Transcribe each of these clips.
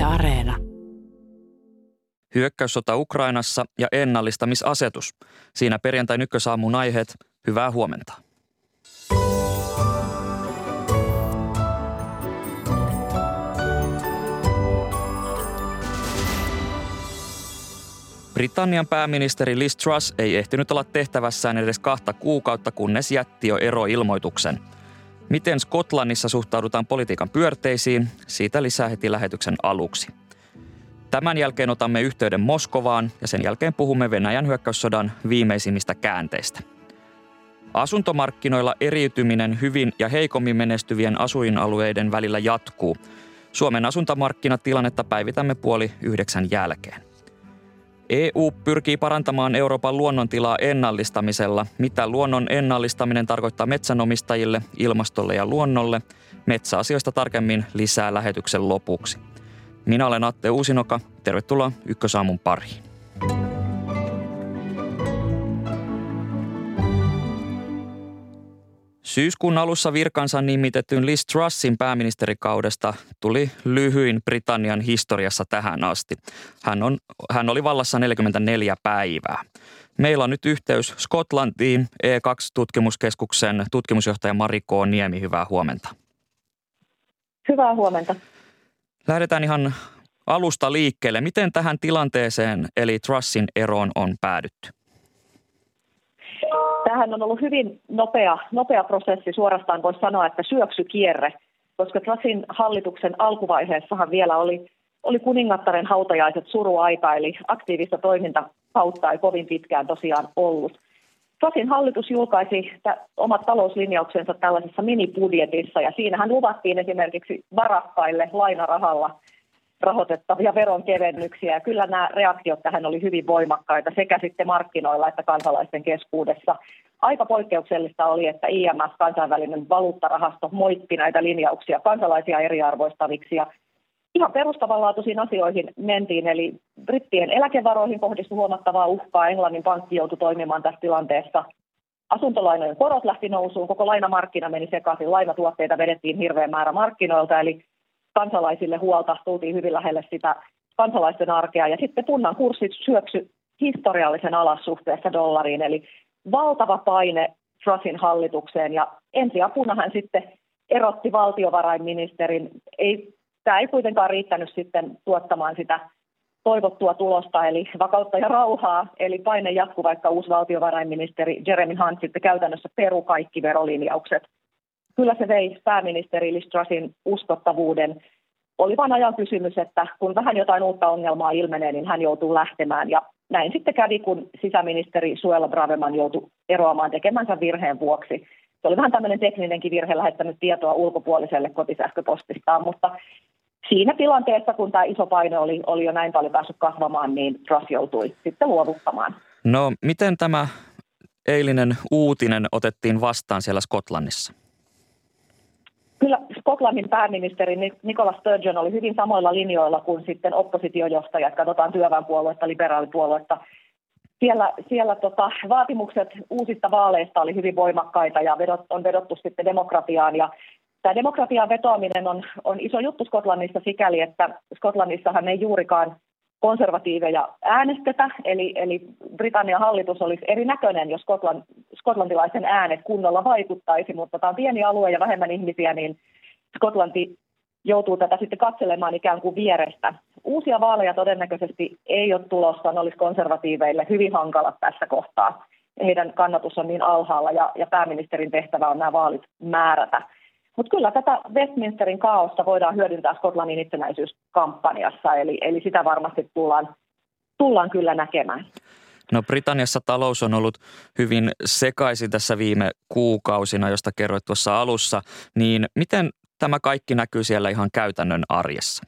Areena. Hyökkäyssota Ukrainassa ja ennallistamisasetus. Siinä perjantain ykkösaamun aiheet. Hyvää huomenta. Britannian pääministeri Liz Truss ei ehtinyt olla tehtävässään edes 2 kuukautta, kunnes jätti jo eroilmoituksen. Miten Skotlannissa suhtaudutaan politiikan pyörteisiin? Siitä lisää heti lähetyksen aluksi. Tämän jälkeen otamme yhteyden Moskovaan ja sen jälkeen puhumme Venäjän hyökkäyssodan viimeisimmistä käänteistä. Asuntomarkkinoilla eriytyminen hyvin ja heikommin menestyvien asuinalueiden välillä jatkuu. Suomen asuntomarkkinatilannetta päivitämme 8:30 jälkeen. EU pyrkii parantamaan Euroopan luonnontilaa ennallistamisella. Mitä luonnon ennallistaminen tarkoittaa metsänomistajille, ilmastolle ja luonnolle? Metsäasioista tarkemmin lisää lähetyksen lopuksi. Minä olen Atte Uusinoka. Tervetuloa Ykkösaamun pariin. Syyskuun alussa virkansa nimitetyn Liz Trussin pääministerikaudesta tuli lyhyin Britannian historiassa tähän asti. Hän oli vallassa 44 päivää. Meillä on nyt yhteys Skotlantiin, E2-tutkimuskeskuksen tutkimusjohtaja Mari K. Niemi. Hyvää huomenta. Hyvää huomenta. Lähdetään ihan alusta liikkeelle. Miten tähän tilanteeseen eli Trussin eroon on päädytty? Tämähän on ollut hyvin nopea prosessi, suorastaan voisi sanoa, että syöksykierre, koska Trussin hallituksen alkuvaiheessahan vielä oli kuningattaren hautajaiset suruaika, eli aktiivista toimintakautta ei kovin pitkään tosiaan ollut. Trussin hallitus julkaisi omat talouslinjauksensa tällaisessa minibudjetissa, ja siinähän luvattiin esimerkiksi varakkaille lainarahalla rahoitettavia veronkevennyksiä. Ja kyllä nämä reaktiot tähän oli hyvin voimakkaita sekä sitten markkinoilla että kansalaisten keskuudessa. Aika poikkeuksellista oli, että IMF, kansainvälinen valuuttarahasto, moitti näitä linjauksia kansalaisia eriarvoistaviksi. Ja ihan perustavanlaatuisiin asioihin mentiin, eli brittien eläkevaroihin kohdistui huomattavaa uhkaa. Englannin pankki joutui toimimaan tässä tilanteessa. Asuntolainojen korot lähti nousuun, koko lainamarkkina meni sekaisin, lainatuotteita vedettiin hirveän määrä markkinoilta, eli kansalaisille huolta, tultiin hyvin lähelle sitä kansalaisten arkea. Ja sitten punnan kurssit syöksy historiallisen alas suhteessa dollariin, eli valtava paine Trussin hallitukseen. Ja ensiapuna hän sitten erotti valtiovarainministerin. Tämä ei kuitenkaan riittänyt sitten tuottamaan sitä toivottua tulosta, eli vakautta ja rauhaa. Eli paine jatkui, vaikka uusi valtiovarainministeri Jeremy Hunt sitten käytännössä peru kaikki verolinjaukset. Kyllä se vei pääministeri Liz Trussin uskottavuuden. Oli vain ajan kysymys, että kun vähän jotain uutta ongelmaa ilmenee, niin hän joutuu lähtemään. Ja näin sitten kävi, kun sisäministeri Suella Braverman joutui eroamaan tekemänsä virheen vuoksi. Se oli vähän tämmöinen tekninenkin virhe, lähettänyt tietoa ulkopuoliselle kotisähköpostistaan, mutta siinä tilanteessa, kun tämä iso paine oli jo näin paljon päässyt kasvamaan, niin Truss joutui sitten luovuttamaan. No, miten tämä eilinen uutinen otettiin vastaan siellä Skotlannissa? Kyllä Skotlannin pääministeri Nicola Sturgeon oli hyvin samoilla linjoilla kuin sitten oppositiojohtajat, katsotaan työväenpuoluetta, liberaalipuoluetta. Siellä vaatimukset uusista vaaleista oli hyvin voimakkaita ja on vedottu sitten demokratiaan. Ja tämä demokratiaan vetoaminen on iso juttu Skotlannissa sikäli, että Skotlannissahan ei juurikaan konservatiiveja äänestetä, eli Britannian hallitus olisi erinäköinen, jos skotlantilaisen äänet kunnolla vaikuttaisi, mutta tämä on pieni alue ja vähemmän ihmisiä, niin Skotlanti joutuu tätä sitten katselemaan ikään kuin vierestä. Uusia vaaleja todennäköisesti ei ole tulossa, ne olisi konservatiiveille hyvin hankalat tässä kohtaa. Heidän kannatus on niin alhaalla ja pääministerin tehtävä on nämä vaalit määrätä. Mutta kyllä tätä Westminsterin kaaosta voidaan hyödyntää Skotlannin itsenäisyyskampanjassa, eli sitä varmasti tullaan kyllä näkemään. No, Britanniassa talous on ollut hyvin sekaisin tässä viime kuukausina, josta kerroit tuossa alussa. Niin miten tämä kaikki näkyy siellä ihan käytännön arjessa?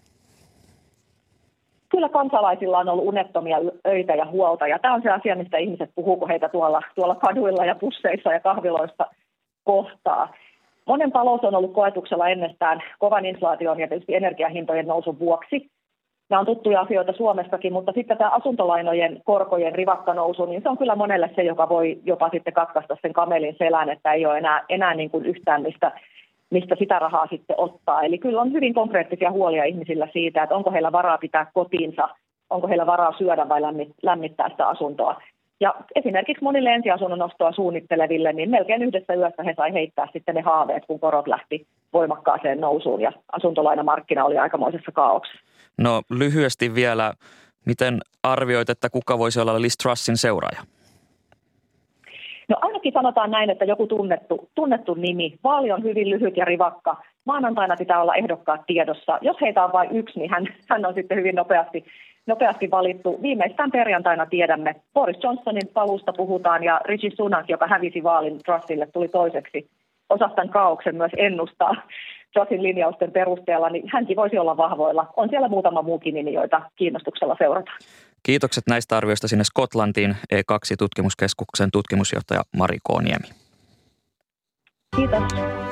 Kyllä kansalaisilla on ollut unettomia öitä ja huolta, ja tämä on se asia, mistä ihmiset puhuu, kun heitä tuolla kaduilla ja busseissa ja kahviloissa kohtaa. Monen talous on ollut koetuksella ennestään kovan inflaation ja tietysti energiahintojen nousun vuoksi. Nämä on tuttuja asioita Suomessakin, mutta sitten tämä asuntolainojen korkojen rivakka nousu, niin se on kyllä monelle se, joka voi jopa sitten katkaista sen kamelin selän, että ei ole enää niin kuin yhtään mistä sitä rahaa sitten ottaa. Eli kyllä on hyvin konkreettisia huolia ihmisillä siitä, että onko heillä varaa pitää kotiinsa, onko heillä varaa syödä vai lämmittää sitä asuntoa. Ja esimerkiksi monille ensiasunnon ostoa suunnitteleville, niin melkein yhdessä yössä he sai heittää sitten ne haaveet, kun korot lähti voimakkaaseen nousuun ja asuntolainamarkkina oli aikamoisessa kaaoksessa. No lyhyesti vielä, miten arvioit, että kuka voisi olla Liz Trussin seuraaja? No ainakin sanotaan näin, että joku tunnettu nimi. Vaali on hyvin lyhyt ja rivakka. Maanantaina pitää olla ehdokkaat tiedossa. Jos heitä on vain yksi, niin hän on sitten hyvin nopeasti valittu. Viimeistään perjantaina tiedämme. Boris Johnsonin paluusta puhutaan ja Rishi Sunak, joka hävisi vaalin Trussille, tuli toiseksi. Osasi tämän kaaoksen myös ennustaa Trussin linjausten perusteella, niin hänkin voisi olla vahvoilla. On siellä muutama muukin nimi, joita kiinnostuksella seurataan. Kiitokset näistä arvioista sinne Skotlantiin, E2-tutkimuskeskuksen tutkimusjohtaja Mari Kooniemi. Kiitos.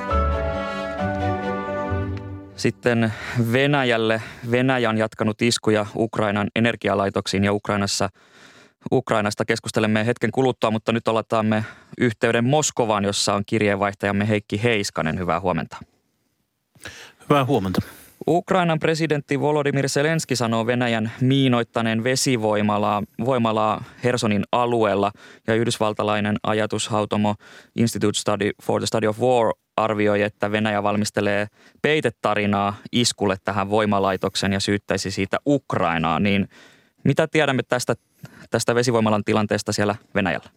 Sitten Venäjälle. Venäjä on jatkanut iskuja Ukrainan energialaitoksiin ja Ukrainasta keskustelemme hetken kuluttua, mutta nyt aloitamme yhteyden Moskovaan, jossa on kirjeenvaihtajamme Heikki Heiskanen. Hyvää huomenta. Hyvää huomenta. Ukrainan presidentti Volodymyr Zelenski sanoo Venäjän miinoittaneen vesivoimalaa Hersonin alueella ja yhdysvaltalainen ajatushautomo Institute for the Study of War arvioi, että Venäjä valmistelee peitetarinaa iskulle tähän voimalaitoksen ja syyttäisi siitä Ukrainaa. Niin mitä tiedämme tästä vesivoimalan tilanteesta siellä Venäjällä?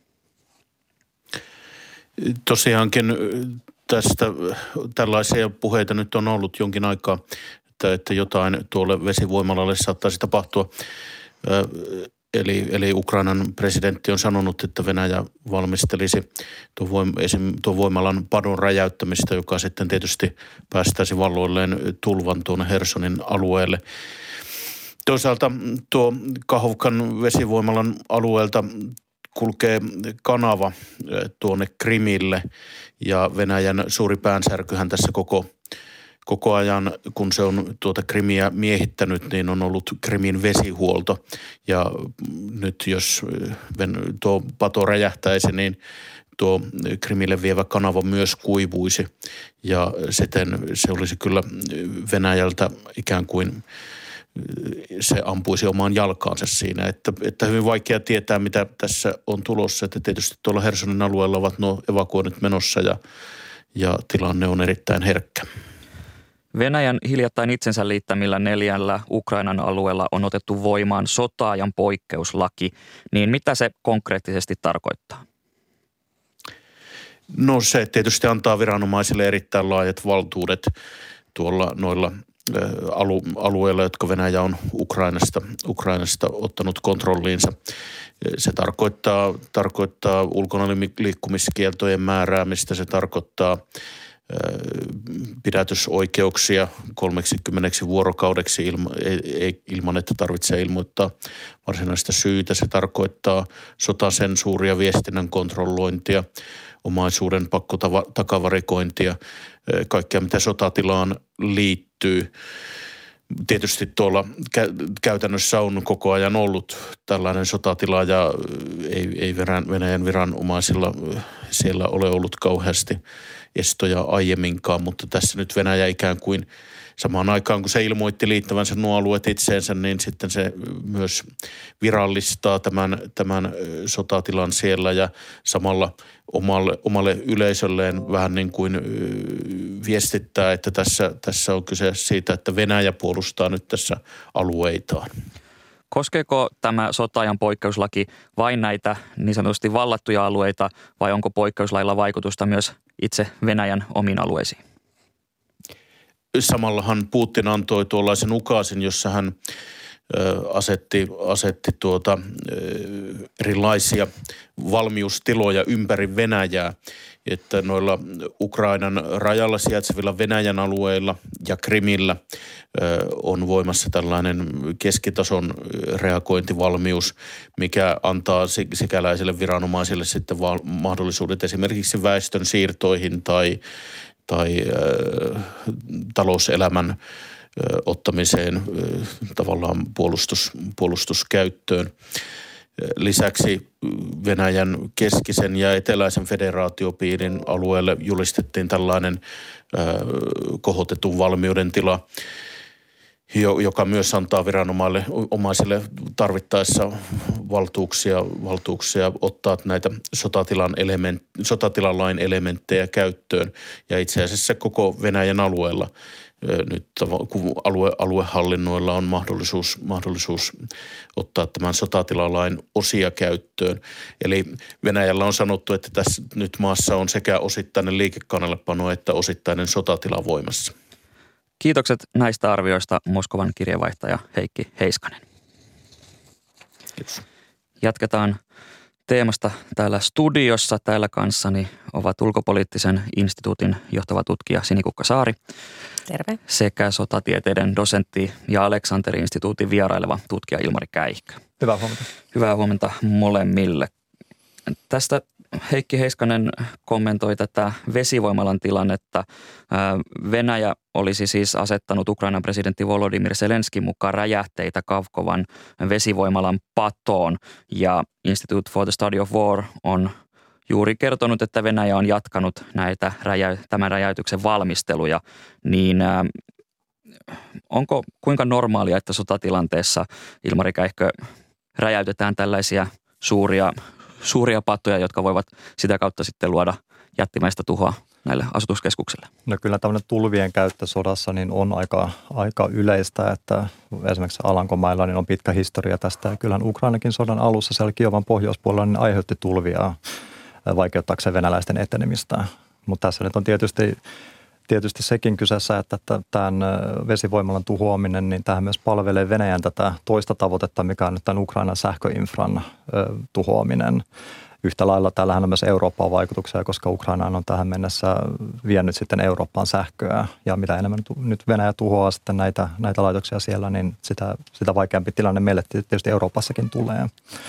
Tosiaankin tästä tällaisia puheita nyt on ollut jonkin aikaa, että jotain tuolle vesivoimalalle saattaisi tapahtua. Eli Ukrainan presidentti on sanonut, että Venäjä valmistelisi tuon voimalan padon räjäyttämistä, joka sitten tietysti päästäisi valloilleen tulvan tuonne Hersonin alueelle. Toisaalta tuo Kahovkan vesivoimalan alueelta kulkee kanava tuonne Krimille ja Venäjän suuri päänsärkyhän tässä koko ajan, kun se on tuota Krimiä miehittänyt, niin on ollut Krimin vesihuolto. Ja nyt jos tuo pato räjähtäisi, niin tuo Krimille vievä kanava myös kuivuisi. Ja siten se olisi kyllä Venäjältä ikään kuin se ampuisi omaan jalkaansa siinä, että hyvin vaikea tietää, mitä tässä on tulossa. Että tietysti tuolla Hersonin alueella ovat nuo evakuoinnit menossa ja tilanne on erittäin herkkä. Venäjän hiljattain itsensä liittämillä 4 Ukrainan alueella on otettu voimaan sota-ajan poikkeuslaki. Niin mitä se konkreettisesti tarkoittaa? No se tietysti antaa viranomaisille erittäin laajat valtuudet noilla alueilla, jotka Venäjä on Ukrainasta ottanut kontrolliinsa. Se tarkoittaa ulkona liikkumiskieltojen määräämistä, se tarkoittaa pidätysoikeuksia 30 vuorokaudeksi ilman, että tarvitsee ilmoittaa varsinaista syytä. Se tarkoittaa sotasensuuria, viestinnän kontrollointia, omaisuuden pakkotakavarikointia, kaikkea mitä sotatilaan liittyy. Tietysti tuolla käytännössä on koko ajan ollut tällainen sotatila ja ei Venäjän viranomaisilla siellä ole ollut kauheasti estoja aiemminkaan, mutta tässä nyt Venäjä ikään kuin samaan aikaan, kun se ilmoitti liittävänsä nuo alueet itseensä, niin sitten se myös virallistaa tämän sotatilan siellä ja samalla omalle yleisölleen vähän niin kuin viestittää, että tässä on kyse siitä, että Venäjä puolustaa nyt tässä alueitaan. Koskeeko tämä sota-ajan poikkeuslaki vain näitä niin sanotusti vallattuja alueita vai onko poikkeuslailla vaikutusta myös itse Venäjän omiin alueisiin? Samallahan Putin antoi tuollaisen ukaasin, jossa hän asetti erilaisia valmiustiloja ympäri Venäjää, että noilla Ukrainan rajalla sijaitsevilla Venäjän alueilla ja Krimillä on voimassa tällainen keskitason reagointivalmius, mikä antaa sikäläisille viranomaisille sitten mahdollisuudet esimerkiksi väestön siirtoihin tai talouselämän ottamiseen tavallaan puolustuskäyttöön. Lisäksi Venäjän keskisen ja eteläisen federaatiopiirin alueelle julistettiin tällainen kohotetun valmiuden tila, joka myös antaa viranomaisille tarvittaessa valtuuksia ottaa näitä sotatilalain elementtejä käyttöön. Ja itse asiassa koko Venäjän alueella nyt kun aluehallinnoilla on mahdollisuus ottaa tämän sotatilalain osia käyttöön. Eli Venäjällä on sanottu, että tässä nyt maassa on sekä osittainen liikekannallepano että osittainen sotatila voimassa. Kiitokset näistä arvioista Moskovan kirjeenvaihtaja Heikki Heiskanen. Kiitos. Jatketaan teemasta täällä studiossa. Täällä kanssani ovat Ulkopoliittisen instituutin johtava tutkija Sinikukka Saari. Terve. Sekä sotatieteiden dosentti ja Aleksanteri-instituutin vieraileva tutkija Ilmari Käihkö. Hyvää huomenta. Hyvää huomenta molemmille. Tästä Heikki Heiskanen kommentoi tätä vesivoimalan tilannetta. Venäjä olisi siis asettanut Ukrainan presidentti Volodymyr Zelenskin mukaan räjähteitä Kavkovan vesivoimalan patoon. Ja Institute for the Study of War on juuri kertonut, että Venäjä on jatkanut tämän räjäytyksen valmisteluja. Niin onko kuinka normaalia, että sotatilanteessa, Ilmari Käihkö, räjäytetään tällaisia suuria patoja, jotka voivat sitä kautta sitten luoda jättimäistä tuhoa näille asutuskeskuksille? No kyllä tämmöinen tulvien käyttö sodassa niin on aika yleistä, että esimerkiksi Alankomailla niin on pitkä historia tästä. Ja kyllähän Ukrainakin sodan alussa siellä Kiovan pohjoispuolella niin aiheutti tulvia vaikeuttaakseen venäläisten etenemistä. Mutta tässä nyt on tietysti sekin kyseessä, että tämän vesivoimalan tuhoaminen, niin tähän myös palvelee Venäjän tätä toista tavoitetta, mikä on nyt tämän Ukrainan sähköinfran tuhoaminen. Yhtä lailla täällähän on myös Eurooppaan vaikutuksia, koska Ukraina on tähän mennessä vienyt sitten Eurooppaan sähköä. Ja mitä enemmän nyt Venäjä tuhoaa sitten näitä laitoksia siellä, niin sitä vaikeampi tilanne meille tietysti Euroopassakin tulee.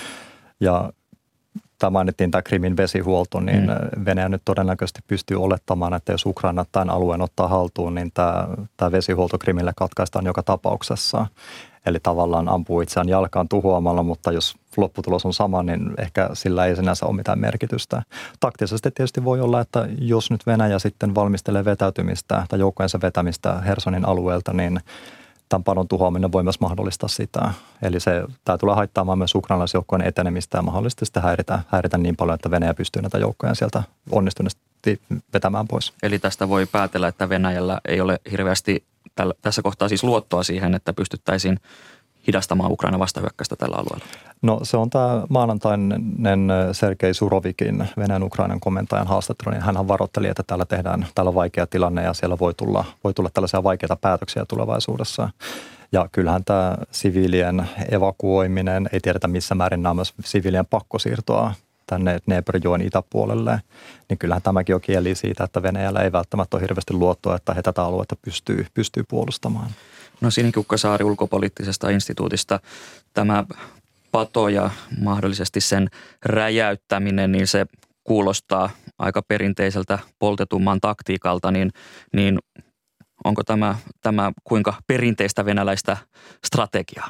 Ja tämä mainittiin tämä Krimin vesihuolto, niin Venäjä nyt todennäköisesti pystyy olettamaan, että jos Ukraina tämän alueen ottaa haltuun, niin tämä vesihuolto Krimille katkaistaan joka tapauksessa. Eli tavallaan ampuu itseään jalkaan tuhoamalla, mutta jos lopputulos on sama, niin ehkä sillä ei sinänsä ole mitään merkitystä. Taktisesti tietysti voi olla, että jos nyt Venäjä sitten valmistelee vetäytymistä tai joukkojensa vetämistä Hersonin alueelta, niin tämän padon tuhoaminen voi myös mahdollistaa sitä. Eli tämä tulee haittaamaan myös ukrainalaisjoukkojen etenemistä ja mahdollisesti sitä häiritä niin paljon, että Venäjä pystyy näitä joukkoja sieltä onnistuneesti vetämään pois. Eli tästä voi päätellä, että Venäjällä ei ole hirveästi tässä kohtaa siis luottoa siihen, että pystyttäisiin hidastamaan Ukrainan vastahyökkäystä tällä alueella? No se on tämä maanantainen Sergei Surovikin, Venäjän Ukrainan komentajan haastattelu, niin hän varoitteli, että täällä on vaikea tilanne ja siellä voi tulla tällaisia vaikeita päätöksiä tulevaisuudessa. Ja kyllähän tämä siviilien evakuoiminen, ei tiedetä missä määrin nämä on myös siviilien pakkosiirtoa tänne Dneprjoen itäpuolelle, niin kyllähän tämäkin on kieli siitä, että Venäjällä ei välttämättä ole hirveästi luottoa, että he tätä aluetta pystyy puolustamaan. No Sinikukka Saari Ulkopoliittisesta instituutista, tämä pato ja mahdollisesti sen räjäyttäminen, niin se kuulostaa aika perinteiseltä poltetumman taktiikalta, niin onko tämä kuinka perinteistä venäläistä strategiaa?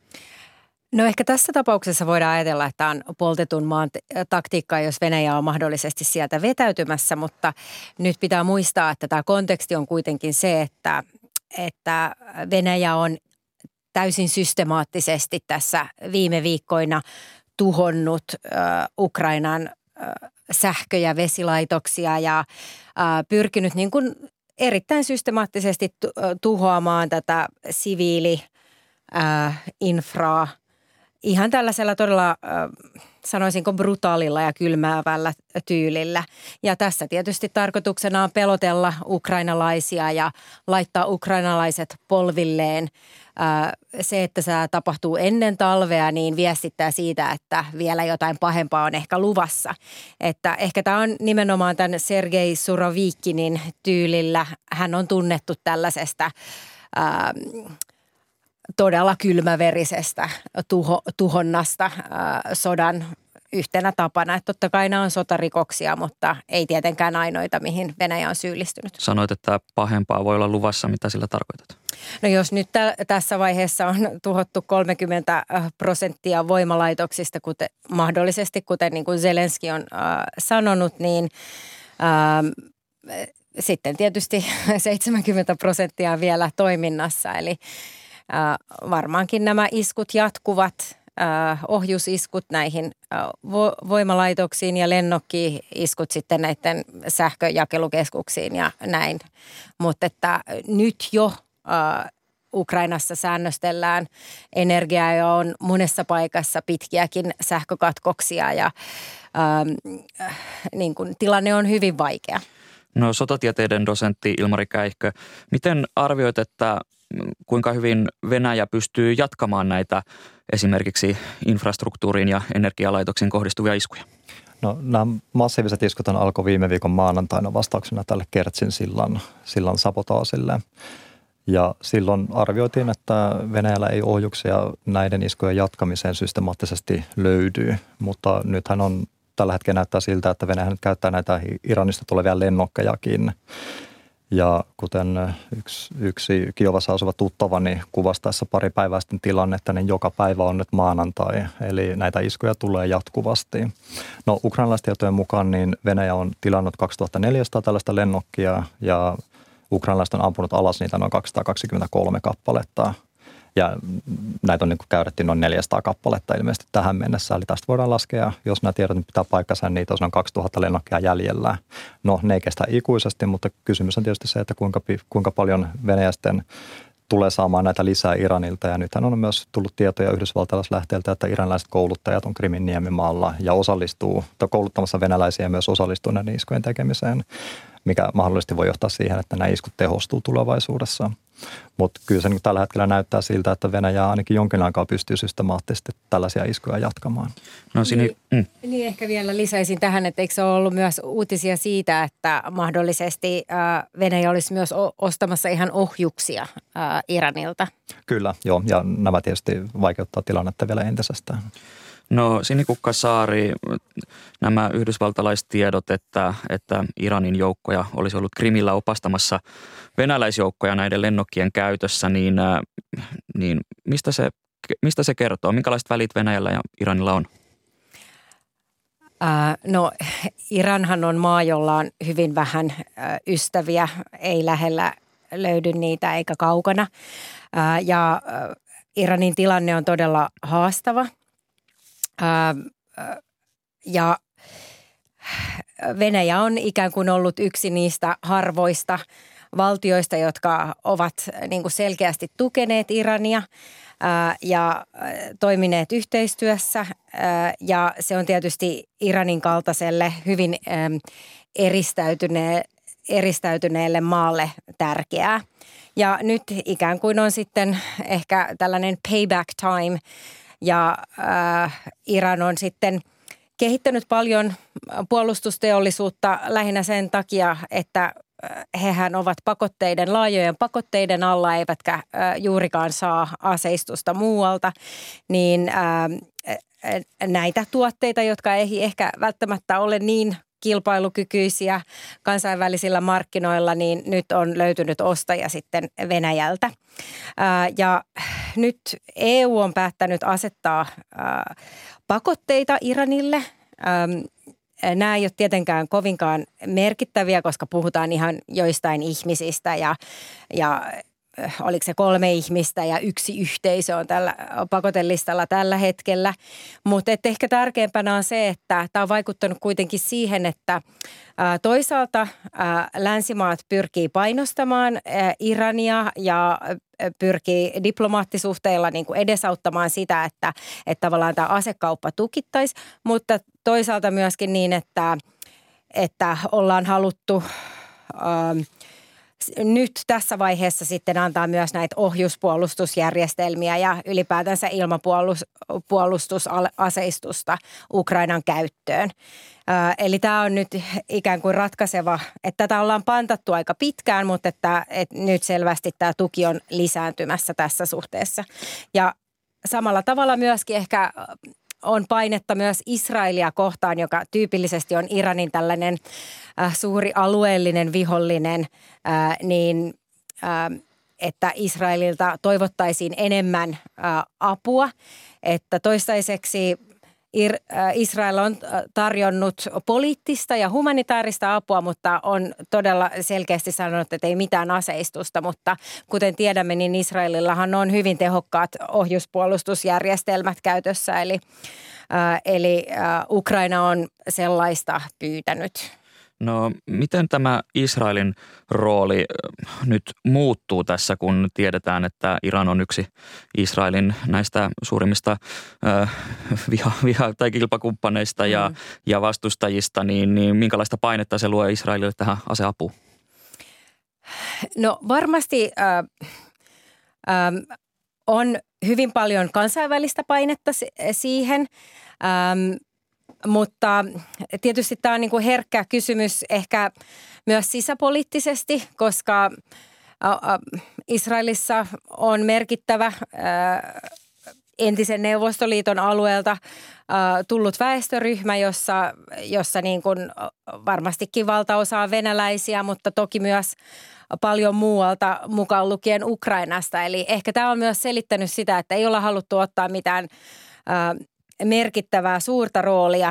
No ehkä tässä tapauksessa voidaan ajatella, että on poltetun maan taktiikkaa, jos Venäjä on mahdollisesti sieltä vetäytymässä, mutta nyt pitää muistaa, että tämä konteksti on kuitenkin se, että Venäjä on täysin systemaattisesti tässä viime viikkoina tuhonnut Ukrainan sähkö- ja vesilaitoksia ja pyrkinyt niin kuin erittäin systemaattisesti tuhoamaan tätä siviili-infraa ihan tällaisella todella, sanoisinko, brutaalilla ja kylmäävällä tyylillä. Ja tässä tietysti tarkoituksena on pelotella ukrainalaisia ja laittaa ukrainalaiset polvilleen. Se, että se tapahtuu ennen talvea, niin viestittää siitä, että vielä jotain pahempaa on ehkä luvassa. Että ehkä tämä on nimenomaan tämän Sergei Surovikinin tyylillä. Hän on tunnettu tällaisesta todella kylmäverisestä tuhonnasta sodan yhtenä tapana. Että totta kai nämä on sotarikoksia, mutta ei tietenkään ainoita, mihin Venäjä on syyllistynyt. Sanoit, että pahempaa voi olla luvassa. Mitä sillä tarkoitat? No jos nyt tässä vaiheessa on tuhottu 30% voimalaitoksista, mahdollisesti kuten niin kuin Zelenski on sanonut, niin sitten tietysti 70% on vielä toiminnassa. Eli varmaankin nämä iskut jatkuvat, ohjusiskut näihin voimalaitoksiin ja lennokki-iskut sitten näiden sähköjakelukeskuksiin ja näin. Mutta että nyt jo Ukrainassa säännöstellään energiaa ja on monessa paikassa pitkiäkin sähkökatkoksia ja niin kuin tilanne on hyvin vaikea. No sotatieteiden dosentti Ilmari Käihkö, miten arvioit, että kuinka hyvin Venäjä pystyy jatkamaan näitä esimerkiksi infrastruktuuriin ja energialaitoksiin kohdistuvia iskuja? No, nämä massiiviset iskut alkoi viime viikon maanantaina vastauksena tälle Kertsin sillan sabotaasille. Ja silloin arvioitiin, että Venäjällä ei ohjuksia näiden iskujen jatkamiseen systemaattisesti löydy, mutta nythän on tällä hetkellä näyttää siltä, että Venäjä nyt käyttää näitä Iranista tulevia lennokkejakin. Ja kuten yksi Kiovassa asuva tuttavani kuvastaessa pari päivää sitten tilannetta, niin joka päivä on nyt maanantai, eli näitä iskuja tulee jatkuvasti. No ukrainalaistietojen mukaan niin Venäjä on tilannut 2400 tällaista lennokkia ja ukrainalaiset on ampunut alas niitä noin 223 kappaletta. Ja näitä on niin kuin käytettiin noin 400 kappaletta ilmeisesti tähän mennessä. Eli tästä voidaan laskea, jos nämä tiedot nyt pitää paikkansa, niin niitä on noin 2000 lennokkia jäljellä. No ne ei kestä ikuisesti, mutta kysymys on tietysti se, että kuinka paljon Venäjä sitten tulee saamaan näitä lisää Iranilta. Ja nythän on myös tullut tietoja yhdysvaltalaislähteiltä, että iranilaiset kouluttajat on Krimin niemimaalla ja kouluttamassa venäläisiä myös osallistuu näiden iskujen tekemiseen, mikä mahdollisesti voi johtaa siihen, että nämä iskut tehostuu tulevaisuudessa. Mutta kyllä se niin tällä hetkellä näyttää siltä, että Venäjä ainakin jonkin aikaa pystyy systemaattisesti tällaisia iskuja jatkamaan. No, niin ehkä vielä lisäisin tähän, että eikö se ole ollut myös uutisia siitä, että mahdollisesti Venäjä olisi myös ostamassa ihan ohjuksia Iranilta? Kyllä, joo, ja nämä tietysti vaikeuttaa tilannetta vielä entisestään. No Sinikukka Saari, nämä yhdysvaltalaistiedot, että Iranin joukkoja olisi ollut Krimillä opastamassa venäläisjoukkoja näiden lennokkien käytössä, niin mistä se kertoo? Minkälaiset välit Venäjällä ja Iranilla on? No Iranhan on maa, jolla on hyvin vähän ystäviä, ei lähellä löydy niitä eikä kaukana. Ja Iranin tilanne on todella haastava. Ja Venäjä on ikään kuin ollut yksi niistä harvoista valtioista, jotka ovat niin kuin selkeästi tukeneet Irania ja toimineet yhteistyössä. Ja se on tietysti Iranin kaltaiselle hyvin eristäytyneelle maalle tärkeää. Ja nyt ikään kuin on sitten ehkä tällainen payback time. Ja Iran on sitten kehittänyt paljon puolustusteollisuutta lähinnä sen takia, että hehän ovat laajojen pakotteiden alla, eivätkä juurikaan saa aseistusta muualta, niin näitä tuotteita, jotka ei ehkä välttämättä ole niin kilpailukykyisiä kansainvälisillä markkinoilla, niin nyt on löytynyt ostaja sitten Venäjältä. Ja nyt EU on päättänyt asettaa pakotteita Iranille. Nämä ei ole tietenkään kovinkaan merkittäviä, koska puhutaan ihan joistain ihmisistä ja oliko se 3 ihmistä ja 1 yhteisö on tällä pakotelistalla tällä hetkellä. Mutta ehkä tärkeämpänä on se, että tämä on vaikuttanut kuitenkin siihen, että toisaalta länsimaat pyrkii painostamaan Irania ja pyrkii diplomaattisuhteilla niin kuin edesauttamaan sitä, että tavallaan tämä asekauppa tukittaisi, mutta toisaalta myöskin niin, että ollaan haluttu nyt tässä vaiheessa sitten antaa myös näitä ohjuspuolustusjärjestelmiä ja ylipäätänsä ilmapuolustusaseistusta Ukrainan käyttöön. Eli tämä on nyt ikään kuin ratkaiseva, että tätä ollaan pantattu aika pitkään, mutta että nyt selvästi tämä tuki on lisääntymässä tässä suhteessa. Ja samalla tavalla myöskin ehkä on painetta myös Israelia kohtaan, joka tyypillisesti on Iranin tällainen suuri alueellinen vihollinen, niin että Israelilta toivottaisiin enemmän apua, että toistaiseksi Israel on tarjonnut poliittista ja humanitaarista apua, mutta on todella selkeästi sanonut, että ei mitään aseistusta. Mutta kuten tiedämme, niin Israelillahan on hyvin tehokkaat ohjuspuolustusjärjestelmät käytössä, eli Ukraina on sellaista pyytänyt. No miten tämä Israelin rooli nyt muuttuu tässä, kun tiedetään, että Iran on yksi Israelin näistä suurimmista viha- tai kilpakumppaneista ja vastustajista, niin minkälaista painetta se luo Israelille tähän aseapuun? No varmasti on hyvin paljon kansainvälistä painetta siihen. Mutta tietysti tämä on niin kuin herkkä kysymys ehkä myös sisäpoliittisesti, koska Israelissa on merkittävä entisen Neuvostoliiton alueelta tullut väestöryhmä, jossa niin kuin varmastikin valtaosa on venäläisiä, mutta toki myös paljon muualta mukaan lukien Ukrainasta. Eli ehkä tämä on myös selittänyt sitä, että ei olla haluttu ottaa mitään merkittävää suurta roolia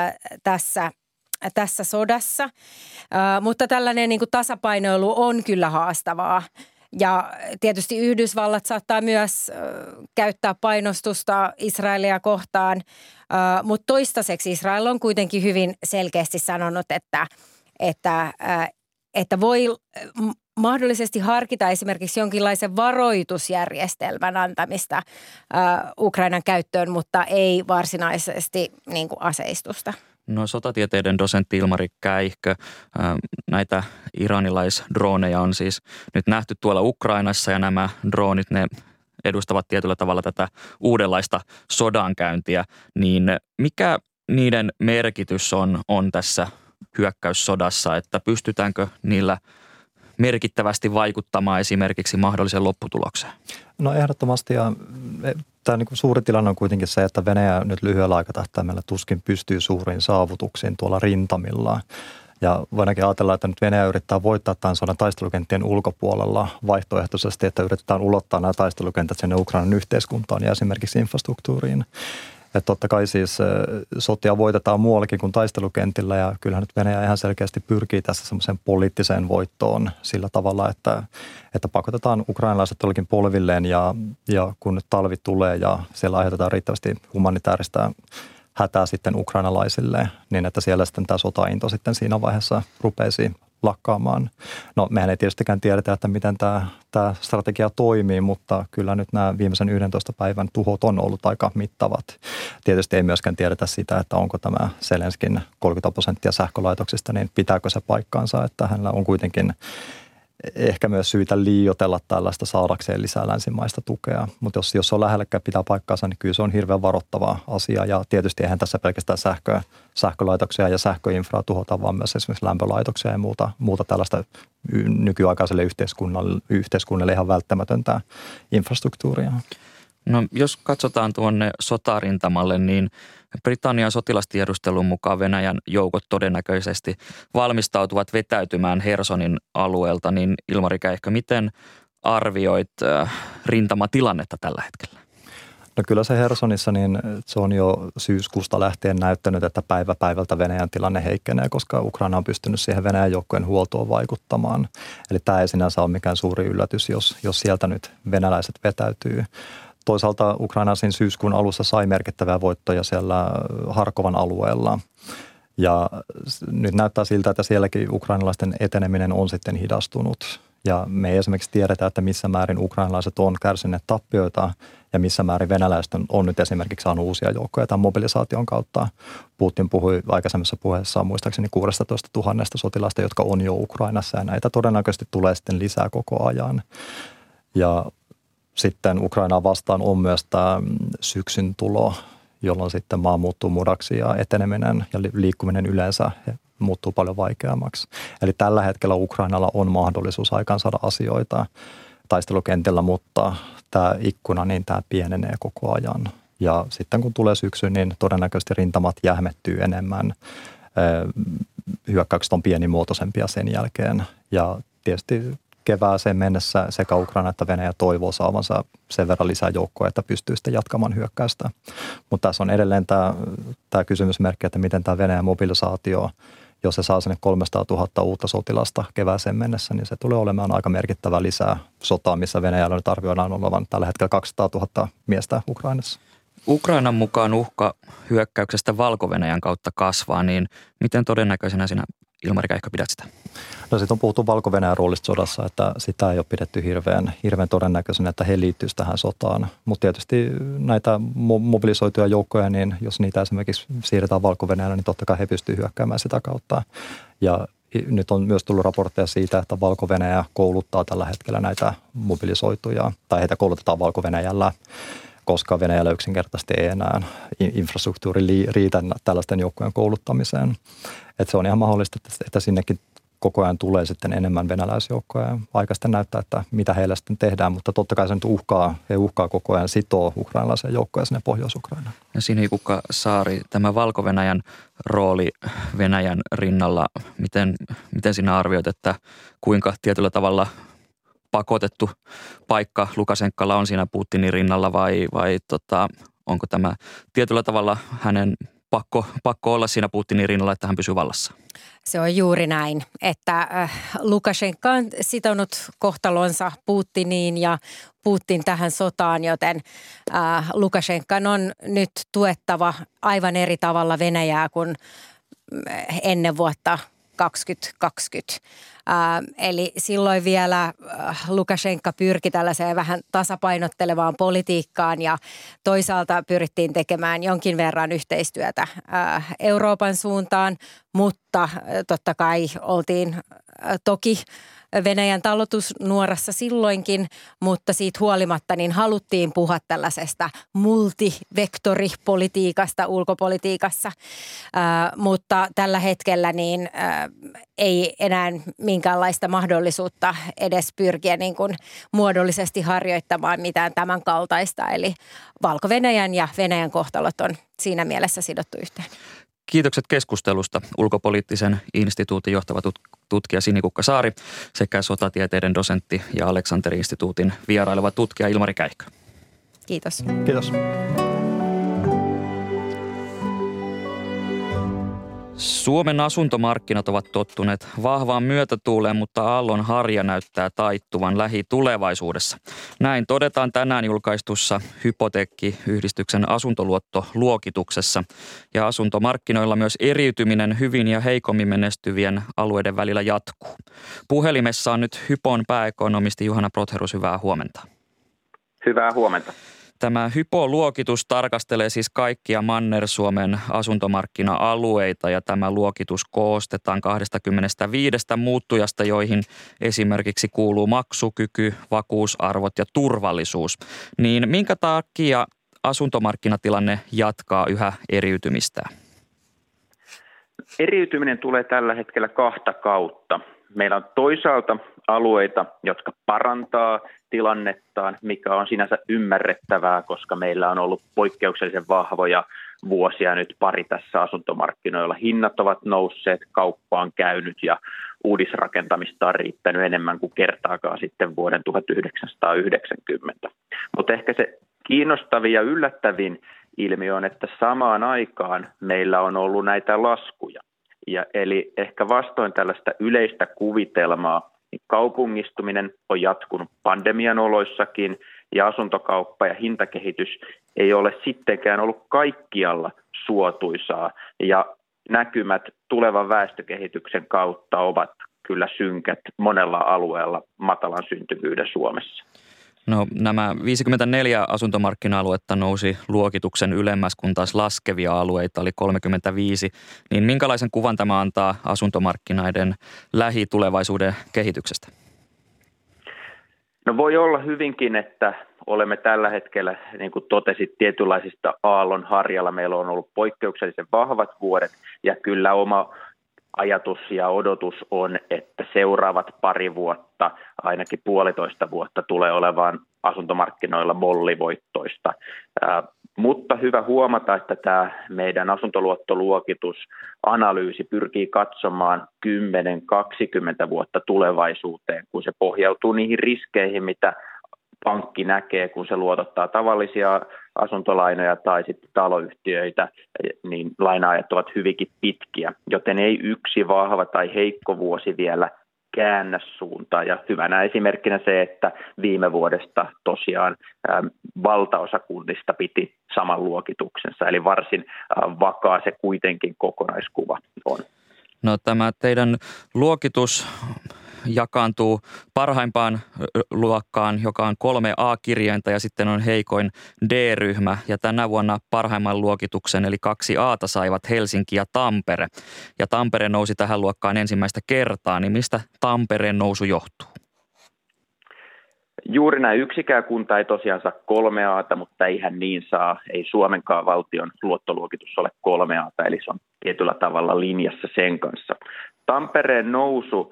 tässä sodassa, mutta tällainen niin kuin tasapainoilu on kyllä haastavaa. Ja tietysti Yhdysvallat saattaa myös käyttää painostusta Israelia kohtaan, mutta toistaiseksi Israel on kuitenkin hyvin selkeästi sanonut, että voi mahdollisesti harkita esimerkiksi jonkinlaisen varoitusjärjestelmän antamista Ukrainan käyttöön, mutta ei varsinaisesti niin kuin aseistusta. No sotatieteiden dosentti Ilmari Käihkö, näitä iranilaisdroneja on siis nyt nähty tuolla Ukrainassa ja nämä droonit, ne edustavat tietyllä tavalla tätä uudenlaista sodankäyntiä, niin mikä niiden merkitys on tässä hyökkäyssodassa, että pystytäänkö niillä merkittävästi vaikuttamaan esimerkiksi mahdolliseen lopputulokseen? No ehdottomasti, ja tämä niin kuin suuri tilanne on kuitenkin se, että Venäjä nyt lyhyellä aikatahtäimellä tuskin pystyy suuriin saavutuksiin tuolla rintamilla. Ja voidaankin ajatella, että nyt Venäjä yrittää voittaa tämän sodan taistelukenttien ulkopuolella vaihtoehtoisesti, että yritetään ulottaa nämä taistelukentät sinne Ukrainan yhteiskuntaan ja esimerkiksi infrastruktuuriin. Että totta kai siis sotia voitetaan muuallakin kuin taistelukentillä, ja kyllähän nyt Venäjä ihan selkeästi pyrkii tässä semmoiseen poliittiseen voittoon sillä tavalla, että pakotetaan ukrainalaiset todellakin polvilleen, ja kun nyt talvi tulee ja siellä aiheutetaan riittävästi humanitaarista hätää sitten ukrainalaisille, niin että siellä sitten tämä sotainto sitten siinä vaiheessa rupeisi lakkaamaan. No mehän ei tietystikään tiedetä, että miten tämä strategia toimii, mutta kyllä nyt nämä viimeisen 11 päivän tuhot on ollut aika mittavat. Tietysti ei myöskään tiedetä sitä, että onko tämä Zelenskin 30% sähkölaitoksista, niin pitääkö se paikkaansa, että hänellä on kuitenkin ehkä myös syytä liioitella tällaista saadakseen lisää länsimaista tukea. Mutta jos se on lähellekään pitää paikkaansa, niin kyllä se on hirveän varoittava asia. Ja tietysti eihän tässä pelkästään sähkölaitoksia ja sähköinfraa tuhota, vaan myös esimerkiksi lämpölaitoksia ja muuta tällaista nykyaikaiselle yhteiskunnalle ihan välttämätöntä infrastruktuuria. No jos katsotaan tuonne sotarintamalle, niin Britannian sotilastiedustelun mukaan Venäjän joukot todennäköisesti valmistautuvat vetäytymään Hersonin alueelta, niin Ilmari Käihkö, miten arvioit rintamatilannetta tällä hetkellä? No kyllä se Hersonissa, niin se on jo syyskuusta lähtien näyttänyt, että päivä päivältä Venäjän tilanne heikkenee, koska Ukraina on pystynyt siihen Venäjän joukkojen huoltoon vaikuttamaan. Eli tämä ei sinänsä ole mikään suuri yllätys, jos sieltä nyt venäläiset vetäytyy. Toisaalta Ukraina siinä syyskuun alussa sai merkittävää voittoja siellä Harkovan alueella. Ja nyt näyttää siltä, että sielläkin ukrainalaisten eteneminen on sitten hidastunut. Ja me ei esimerkiksi tiedetä, että missä määrin ukrainalaiset on kärsineet tappioita ja missä määrin venäläiset on nyt esimerkiksi saanut uusia joukkoja tämän mobilisaation kautta. Putin puhui aikaisemmassa puheessaan muistaakseni 16 000 sotilasta, jotka on jo Ukrainassa, ja näitä todennäköisesti tulee sitten lisää koko ajan. Ja sitten Ukrainaa vastaan on myös tämä syksyn tulo, jolloin sitten maa muuttuu mudaksi ja eteneminen ja liikkuminen yleensä muuttuu paljon vaikeammaksi. Eli tällä hetkellä Ukrainalla on mahdollisuus aikaansaada asioita taistelukentillä, mutta tämä ikkuna, niin tämä pienenee koko ajan. Ja sitten kun tulee syksy, niin todennäköisesti rintamat jähmettyy enemmän. Hyökkäykset on pienimuotoisempia sen jälkeen. Ja tietysti kevääseen mennessä sekä Ukraina että Venäjä toivoo saavansa sen verran lisää joukkoja, että pystyy sitten jatkamaan hyökkäystä. Mutta tässä on edelleen tämä kysymysmerkki, että miten tämä Venäjän mobilisaatio, jos se saa sinne 300 000 uutta sotilasta kevääseen mennessä, niin se tulee olemaan aika merkittävä lisää sotaa, missä Venäjällä nyt arvioidaan olevan tällä hetkellä 200 000 miestä Ukrainassa. Ukrainan mukaan uhka hyökkäyksestä Valko-Venäjän kautta kasvaa, niin miten todennäköisenä sinä, Ilmari Käihkö, pidät sitä? No sitten on puhuttu Valko-Venäjän roolista sodassa, että sitä ei ole pidetty hirveän todennäköisenä, että he liittyisivät tähän sotaan. Mutta tietysti näitä mobilisoituja joukkoja, niin jos niitä esimerkiksi siirretään Valko-Venäjällä, niin totta kai he pystyvät hyökkäämään sitä kautta. Ja nyt on myös tullut raportteja siitä, että Valko-Venäjä kouluttaa tällä hetkellä näitä mobilisoituja, tai heitä koulutetaan Valko-Venäjällä, koska Venäjällä yksinkertaisesti ei enää infrastruktuuri riitä tällaisten joukkojen kouluttamiseen. Että se on ihan mahdollista, että sinnekin koko ajan tulee sitten enemmän venäläisjoukkoja ja aika sitten näyttää, että mitä heillä sitten tehdään, mutta totta kai se nyt uhkaa koko ajan sitoo ukrainalaisia joukkoja sinne Pohjois-Ukrainaan. Ja Sinikukka Saari, tämä Valko-Venäjän rooli Venäjän rinnalla, miten sinä arvioit, että kuinka tietyllä tavalla pakotettu paikka Lukašenkalla on siinä Putinin rinnalla vai onko tämä tietyllä tavalla hänen pakko olla siinä Putinin rinnalla, että hän pysyy vallassa? Se on juuri näin, että Lukašenka on sitonut kohtalonsa Putiniin ja Putin tähän sotaan, joten Lukašenkan on nyt tuettava aivan eri tavalla Venäjää kuin ennen vuotta 2020. Eli silloin vielä Lukašenka pyrki tällaiseen vähän tasapainottelevaan politiikkaan ja toisaalta pyrittiin tekemään jonkin verran yhteistyötä Euroopan suuntaan, mutta totta kai oltiin toki Venäjän talletusnuorassa silloinkin, mutta siitä huolimatta niin haluttiin puhua tällaisesta multivektoripolitiikasta ulkopolitiikassa, mutta tällä hetkellä niin ei enää minkäänlaista mahdollisuutta edes pyrkiä niin kuin muodollisesti harjoittamaan mitään tämän kaltaista. Eli Valko-Venäjän ja Venäjän kohtalot on siinä mielessä sidottu yhteen. Kiitokset keskustelusta ulkopoliittisen instituutin johtava tutkija Sinikukka Saari sekä sotatieteiden dosentti ja Aleksanteri-instituutin vieraileva tutkija Ilmari Käihkö. Kiitos. Kiitos. Suomen asuntomarkkinat ovat tottuneet vahvaan myötätuuleen, mutta aallon harja näyttää taittuvan lähitulevaisuudessa. Näin todetaan tänään julkaistussa Hypoteekki-yhdistyksen asuntoluottoluokituksessa. Ja asuntomarkkinoilla myös eriytyminen hyvin ja heikommin menestyvien alueiden välillä jatkuu. Puhelimessa on nyt Hypon pääekonomisti Juhana Prothero, hyvää huomenta. Hyvää huomenta. Tämä Hypo-luokitus tarkastelee siis kaikkia Manner-Suomen asuntomarkkina-alueita ja tämä luokitus koostetaan 25 muuttujasta, joihin esimerkiksi kuuluu maksukyky, vakuusarvot ja turvallisuus. Niin minkä takia asuntomarkkinatilanne jatkaa yhä eriytymistään? Eriytyminen tulee tällä hetkellä kahta kautta. Meillä on toisaalta alueita, jotka parantaa tilannettaan, mikä on sinänsä ymmärrettävää, koska meillä on ollut poikkeuksellisen vahvoja vuosia nyt pari tässä asuntomarkkinoilla. Hinnat ovat nousseet, kauppa on käynyt ja uudisrakentamista on riittänyt enemmän kuin kertaakaan sitten vuoden 1990. Mutta ehkä se kiinnostavin ja yllättävin ilmiö on, että samaan aikaan meillä on ollut näitä laskuja. Eli ehkä vastoin tällaista yleistä kuvitelmaa, niin kaupungistuminen on jatkunut pandemian oloissakin ja asuntokauppa ja hintakehitys ei ole sittenkään ollut kaikkialla suotuisaa ja näkymät tulevan väestökehityksen kautta ovat kyllä synkät monella alueella matalan syntyvyyden Suomessa. No nämä 54 asuntomarkkina-aluetta nousi luokituksen ylemmäs, kun taas laskevia alueita oli 35. Niin minkälaisen kuvan tämä antaa asuntomarkkinoiden lähitulevaisuuden kehityksestä? No voi olla hyvinkin, että olemme tällä hetkellä, niin kuin totesit, tietynlaisista aallon harjalla. Meillä on ollut poikkeuksellisen vahvat vuodet ja kyllä oma ajatus ja odotus on, että seuraavat pari vuotta, ainakin 1,5 vuotta tulee olevan asuntomarkkinoilla mollivoittoista. Mutta hyvä huomata, että tämä meidän asuntoluottoluokitusanalyysi pyrkii katsomaan 10-20 vuotta tulevaisuuteen, kun se pohjautuu niihin riskeihin, mitä pankki näkee, kun se luotottaa tavallisia asuntolainoja tai sitten taloyhtiöitä, niin laina-ajat ovat hyvinkin pitkiä, joten ei yksi vahva tai heikko vuosi vielä käännä suuntaa. Ja hyvänä esimerkkinä se, että viime vuodesta tosiaan valtaosa kunnista piti saman luokituksensa, eli varsin vakaa se kuitenkin kokonaiskuva on. No tämä teidän luokitus jakaantuu parhaimpaan luokkaan, joka on 3 A-kirjainta ja sitten on heikoin D-ryhmä. Ja tänä vuonna parhaimman luokituksen eli 2 A:ta saivat Helsinki ja Tampere. Ja Tampere nousi tähän luokkaan ensimmäistä kertaa, niin mistä Tampereen nousu johtuu? Juuri näin, yksikään kunta ei tosiaan saa 3 A:ta, mutta eihän niin saa, ei Suomenkaan valtion luottoluokitus ole 3 A:ta, eli se on tietyllä tavalla linjassa sen kanssa. Tampereen nousu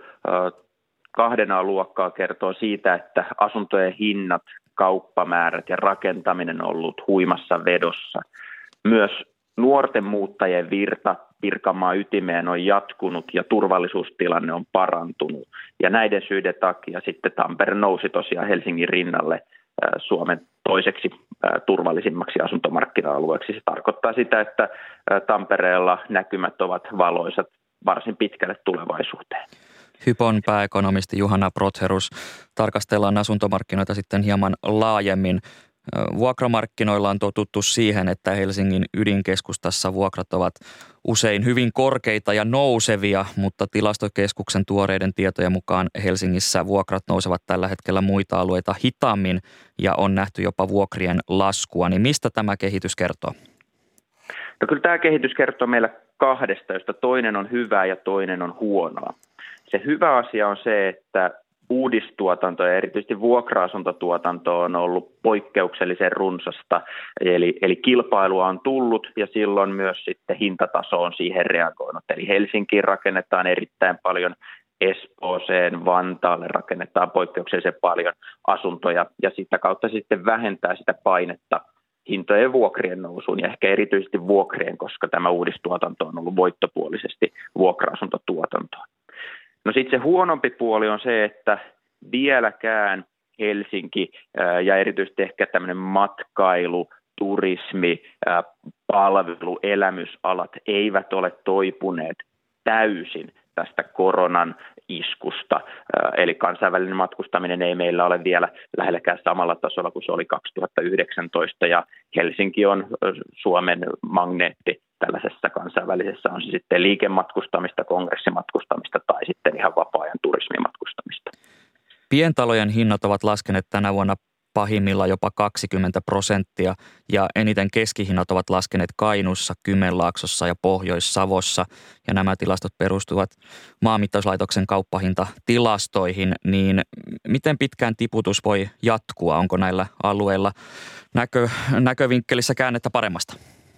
2 A-luokkaa kertoo siitä, että asuntojen hinnat, kauppamäärät ja rakentaminen on ollut huimassa vedossa. Myös nuorten muuttajien virta Pirkanmaan ytimeen on jatkunut ja turvallisuustilanne on parantunut. Ja näiden syiden takia sitten Tampere nousi tosiaan Helsingin rinnalle Suomen toiseksi turvallisimmaksi asuntomarkkina-alueeksi. Se tarkoittaa sitä, että Tampereella näkymät ovat valoisat varsin pitkälle tulevaisuuteen. Hypon pääekonomisti Juhana Protheros. Tarkastellaan asuntomarkkinoita sitten hieman laajemmin. Vuokramarkkinoilla on totuttu siihen, että Helsingin ydinkeskustassa vuokrat ovat usein hyvin korkeita ja nousevia, mutta Tilastokeskuksen tuoreiden tietojen mukaan Helsingissä vuokrat nousevat tällä hetkellä muita alueita hitaammin ja on nähty jopa vuokrien laskua. Niin mistä tämä kehitys kertoo? No kyllä tämä kehitys kertoo meillä 2, josta toinen on hyvää ja toinen on huonoa. Se hyvä asia on se, että uudistuotanto ja erityisesti vuokra-asuntotuotanto on ollut poikkeuksellisen runsasta, eli kilpailua on tullut ja silloin myös sitten hintataso on siihen reagoinut. Eli Helsinkiin rakennetaan erittäin paljon, Espooseen, Vantaalle rakennetaan poikkeuksellisen paljon asuntoja ja sitä kautta sitten vähentää sitä painetta hintojen ja vuokrien nousuun ja ehkä erityisesti vuokrien, koska tämä uudistuotanto on ollut voittopuolisesti vuokra-asuntotuotantoa. No sitten se huonompi puoli on se, että vieläkään Helsinki ja erityisesti ehkä tämmöinen matkailu, turismi, palvelu, elämysalat eivät ole toipuneet täysin tästä koronan iskusta. Eli kansainvälinen matkustaminen ei meillä ole vielä lähelläkään samalla tasolla kuin se oli 2019 ja Helsinki on Suomen magneetti tällaisessa kansainvälisessä, on se sitten liikematkustamista, kongressimatkustamista tai sitten ihan vapaa-ajan turismimatkustamista. Pientalojen hinnat ovat laskeneet tänä vuonna pahimmilla jopa 20% ja eniten keskihinnat ovat laskeneet Kainuussa, Kymenlaaksossa ja Pohjois-Savossa. Ja nämä tilastot perustuvat Maanmittauslaitoksen kauppahintatilastoihin, niin miten pitkään tiputus voi jatkua? Onko näillä alueilla näkövinkkelissä käännettä paremmasta?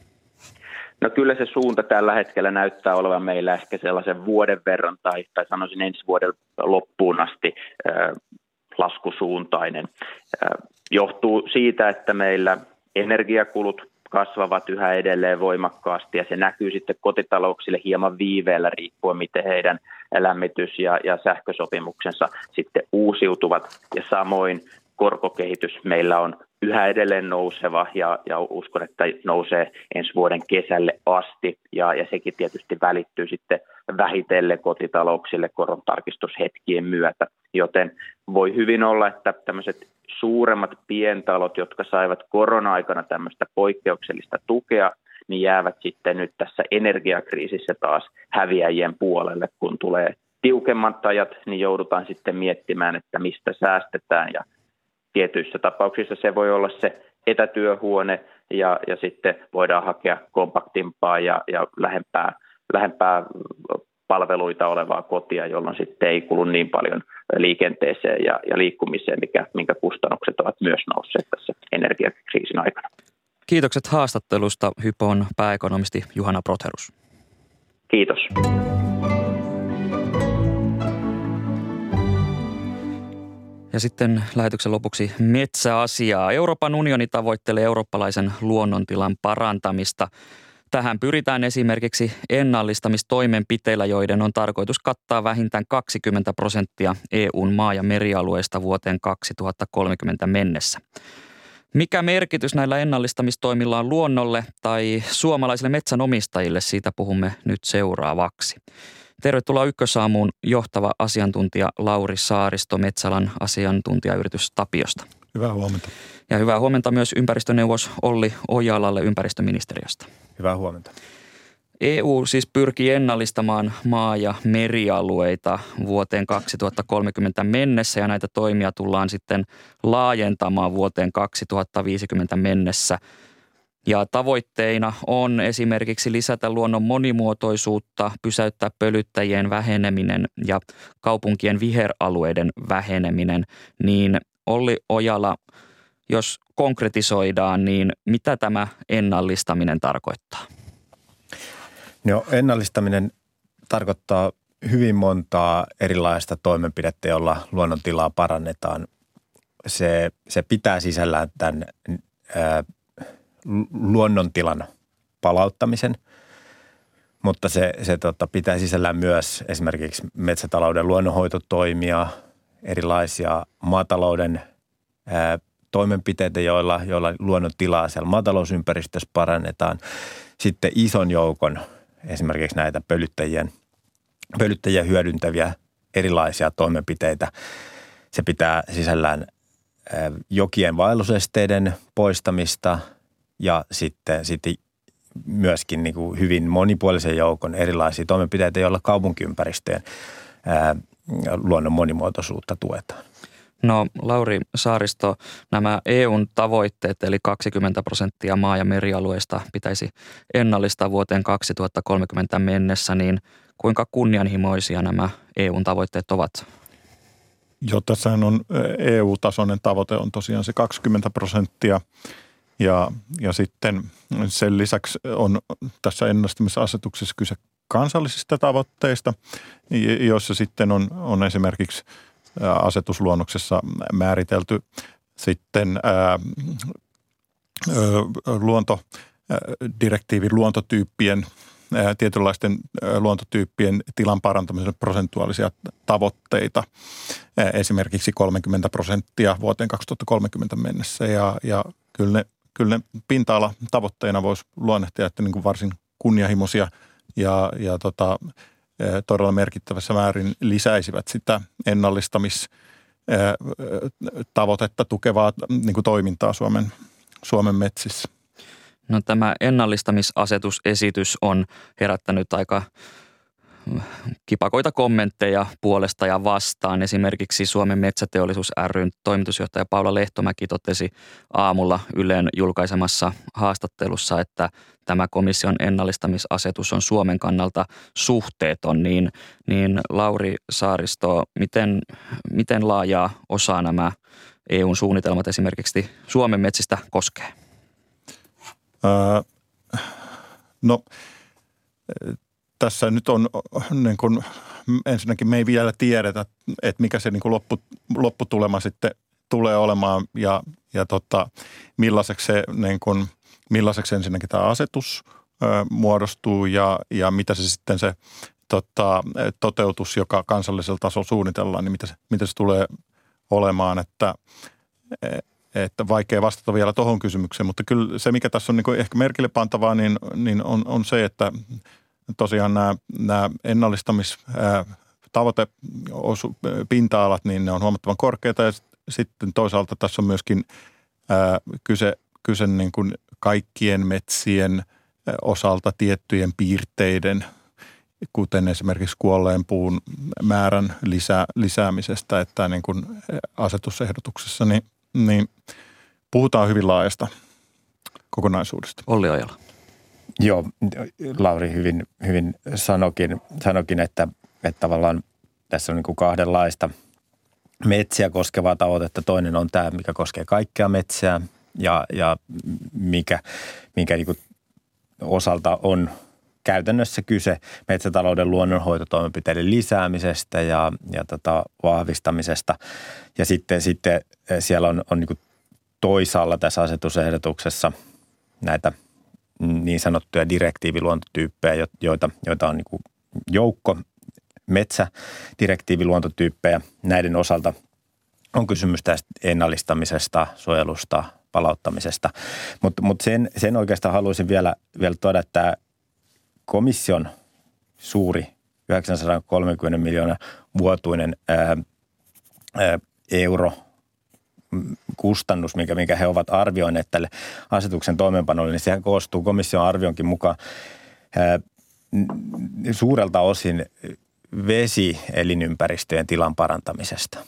No kyllä se suunta tällä hetkellä näyttää olevan meillä ehkä sellaisen vuoden verran tai sanoisin ensi vuoden loppuun asti laskusuuntainen. Johtuu siitä, että meillä energiakulut kasvavat yhä edelleen voimakkaasti ja se näkyy sitten kotitalouksille hieman viiveellä riippuen, miten heidän lämmitys- ja sähkösopimuksensa sitten uusiutuvat ja samoin korkokehitys meillä on yhä edelleen nouseva ja uskon, että nousee ensi vuoden kesälle asti ja sekin tietysti välittyy sitten vähitellen kotitalouksille korontarkistushetkien myötä, joten voi hyvin olla, että tämmöiset suuremmat pientalot, jotka saivat korona-aikana tämmöistä poikkeuksellista tukea, niin jäävät sitten nyt tässä energiakriisissä taas häviäjien puolelle, kun tulee tiukemmat ajat, niin joudutaan sitten miettimään, että mistä säästetään ja tietyissä tapauksissa se voi olla se etätyöhuone ja sitten voidaan hakea kompaktimpaa ja lähempää palveluita olevaa kotia, jolloin sitten ei kulu niin paljon liikenteeseen ja liikkumiseen, minkä kustannukset ovat myös nousseet tässä energiakriisin aikana. Kiitokset haastattelusta, Hypon pääekonomisti Juhana Protheros. Kiitos. Ja sitten lähetyksen lopuksi metsäasiaa. Euroopan unioni tavoittelee eurooppalaisen luonnontilan parantamista. Tähän pyritään esimerkiksi ennallistamistoimenpiteillä, joiden on tarkoitus kattaa vähintään 20% EUn maa- ja merialueista vuoteen 2030 mennessä. Mikä merkitys näillä ennallistamistoimilla on luonnolle tai suomalaisille metsänomistajille? Siitä puhumme nyt seuraavaksi. Tervetuloa Ykkösaamuun johtava asiantuntija Lauri Saaristo Metsäalan asiantuntijayritys Tapiosta. Hyvää huomenta. Ja hyvää huomenta myös ympäristöneuvos Olli Ojalalle ympäristöministeriöstä. Hyvää huomenta. EU siis pyrkii ennallistamaan maa- ja merialueita vuoteen 2030 mennessä ja näitä toimia tullaan sitten laajentamaan vuoteen 2050 mennessä. Ja tavoitteina on esimerkiksi lisätä luonnon monimuotoisuutta, pysäyttää pölyttäjien väheneminen ja kaupunkien viheralueiden väheneminen. Niin Olli Ojala, jos konkretisoidaan, niin mitä tämä ennallistaminen tarkoittaa? No, ennallistaminen tarkoittaa hyvin montaa erilaista toimenpidettä, jolla luonnontilaa parannetaan. Se pitää sisällään tämän luonnontilan palauttamisen, mutta se pitää sisällään myös esimerkiksi metsätalouden luonnonhoitotoimia, erilaisia maatalouden toimenpiteitä, joilla luonnontilaa siellä maatalousympäristössä parannetaan. Sitten ison joukon esimerkiksi näitä pölyttäjiä hyödyntäviä erilaisia toimenpiteitä. Se pitää sisällään jokien vaellusesteiden poistamista ja sitten myöskin niin kuin hyvin monipuolisen joukon erilaisia toimenpiteitä, joilla kaupunkiympäristöjen luonnon monimuotoisuutta tuetaan. No Lauri Saaristo, nämä EUn tavoitteet eli 20% maa- ja merialueista pitäisi ennallistaa vuoteen 2030 mennessä, niin kuinka kunnianhimoisia nämä EUn tavoitteet ovat? Jo, tässähän on EU-tasoinen tavoite on tosiaan se 20% ja sitten sen lisäksi on tässä ennallistamisasetuksessa kyse kansallisista tavoitteista, joissa sitten on esimerkiksi asetusluonnoksessa määritelty sitten luontodirektiivin luontotyyppien, tietynlaisten luontotyyppien tilan parantamisen prosentuaalisia tavoitteita, esimerkiksi 30% vuoteen 2030 mennessä ja kyllä ne pinta-ala tavoitteina voisi luonnehtia, että niin kuin varsin kunnianhimoisia ja todella merkittävässä määrin lisäisivät sitä ennallistamistavoitetta tukevaa niin kuin toimintaa Suomen metsissä. No, tämä ennallistamisasetusesitys on herättänyt aika kipakoita kommentteja puolesta ja vastaan. Esimerkiksi Suomen metsäteollisuus ry:n toimitusjohtaja Paula Lehtomäki totesi aamulla Ylen julkaisemassa haastattelussa, että tämä komission ennallistamisasetus on Suomen kannalta suhteeton. Niin Lauri Saaristo, miten laajaa osaa nämä EUn suunnitelmat esimerkiksi Suomen metsistä koskee? Tässä nyt on niin kuin, ensinnäkin me ei vielä tiedetä, että mikä se niin kuin lopputulema sitten tulee olemaan ja millaiseksi ensinnäkin tämä asetus muodostuu ja mitä se sitten se toteutus, joka kansallisella tasolla suunnitellaan, niin mitä se tulee olemaan, että vaikea vastata vielä tuohon kysymykseen, mutta kyllä se, mikä tässä on niin kuin ehkä merkille pantavaa, niin on se, että tosiaan nämä ennallistamistavoitepinta-alat, niin ne on huomattavan korkeita ja sitten toisaalta tässä on myöskin kyse niin kuin kaikkien metsien osalta tiettyjen piirteiden, kuten esimerkiksi kuolleen puun määrän lisäämisestä, että niin kuin asetusehdotuksessa niin puhutaan hyvin laajasta kokonaisuudesta. Olli Ojala. Joo, Lauri hyvin sanokin että tavallaan tässä on niin kuin kahdenlaista metsiä koskevaa tavoitetta. Toinen on tämä, mikä koskee kaikkea metsää ja minkä niin kuin osalta on käytännössä kyse metsätalouden luonnonhoitotoimenpiteiden lisäämisestä ja vahvistamisesta. Ja sitten siellä on niin kuin toisaalla tässä asetusehdotuksessa näitä niin sanottuja direktiiviluontotyyppejä, joita on niin kuin joukko metsädirektiiviluontotyyppejä. Näiden osalta on kysymys tästä ennallistamisesta, suojelusta, palauttamisesta. Mutta sen oikeastaan haluaisin vielä tuoda, että komission suuri 930 miljoonaa vuotuinen euro kustannus, mikä he ovat arvioineet tälle asetuksen toimeenpanolle, niin sehän koostuu komission arvionkin mukaan suurelta osin vesielinympäristöjen tilan parantamisesta.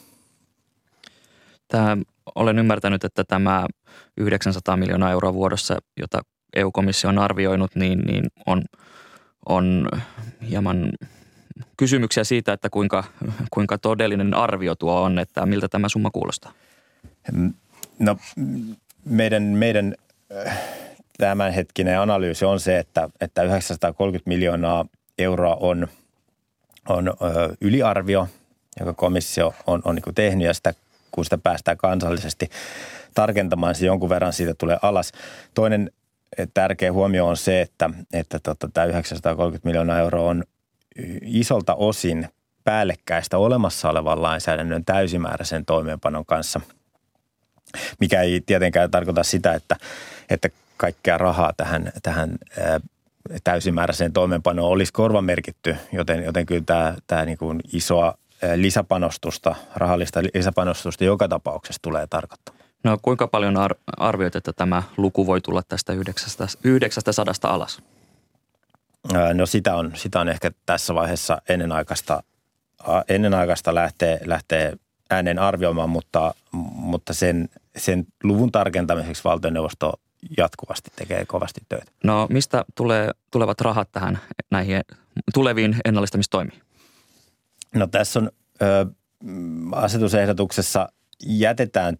Olen ymmärtänyt, että tämä 900 miljoonaa euroa vuodessa, jota EU-komissio on arvioinut, niin on hieman kysymyksiä siitä, että kuinka todellinen arvio tuo on, että miltä tämä summa kuulostaa? No meidän tämänhetkinen analyysi on se, että 930 miljoonaa euroa on yliarvio, joka komissio on niin kuin tehnyt, ja kun sitä päästään kansallisesti tarkentamaan, se jonkun verran siitä tulee alas. Toinen tärkeä huomio on se, että tämä 930 miljoonaa euroa on isolta osin päällekkäistä olemassa olevan lainsäädännön täysimääräisen toimeenpanon kanssa, mikä ei tietenkään tarkoita sitä, että kaikkea rahaa tähän täysimääräiseen toimeenpanoon olisi korvamerkitty, joten kyllä tämä niin kuin isoa lisäpanostusta, rahallista lisäpanostusta joka tapauksessa tulee tarkoittamaan. No kuinka paljon arvioit, että tämä luku voi tulla tästä 900 alas? No sitä on ehkä tässä vaiheessa ennenaikaista lähteä ääneen arvioimaan, mutta sen luvun tarkentamiseksi valtioneuvosto jatkuvasti tekee kovasti töitä. No mistä tulevat rahat näihin tuleviin ennallistamistoimiin? No tässä on asetusehdotuksessa jätetään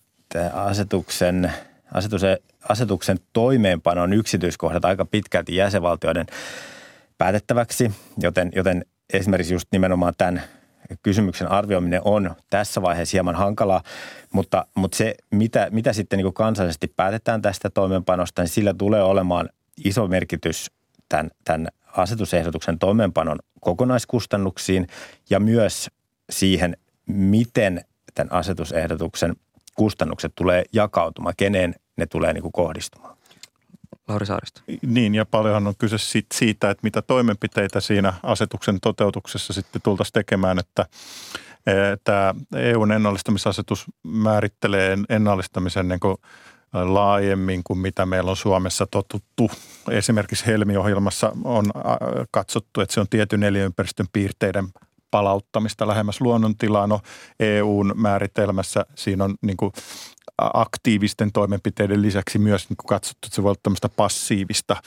asetuksen toimeenpanon yksityiskohdat aika pitkälti jäsenvaltioiden päätettäväksi, joten esimerkiksi just nimenomaan tämän kysymyksen arvioiminen on tässä vaiheessa hieman hankalaa, mutta se, mitä sitten niin kuin kansallisesti päätetään tästä toimeenpanosta, niin sillä tulee olemaan iso merkitys tämän asetusehdotuksen toimeenpanon kokonaiskustannuksiin ja myös siihen, miten tämän asetusehdotuksen kustannukset tulee jakautumaan, keneen ne tulee niin kuin kohdistumaan. Lauri Saaristo. Niin, ja paljonhan on kyse siitä, että mitä toimenpiteitä siinä asetuksen toteutuksessa sitten tultaisiin tekemään, että tämä EU:n ennallistamisasetus määrittelee ennallistamisen niin kuin laajemmin kuin mitä meillä on Suomessa totuttu. Esimerkiksi Helmi-ohjelmassa on katsottu, että se on tietyn elinympäristön piirteiden palauttamista lähemmäs luonnontilaa. No EU:n määritelmässä siinä on niin kuin aktiivisten toimenpiteiden lisäksi myös niin kuin katsottu, että se voi olla tämmöistä passiivista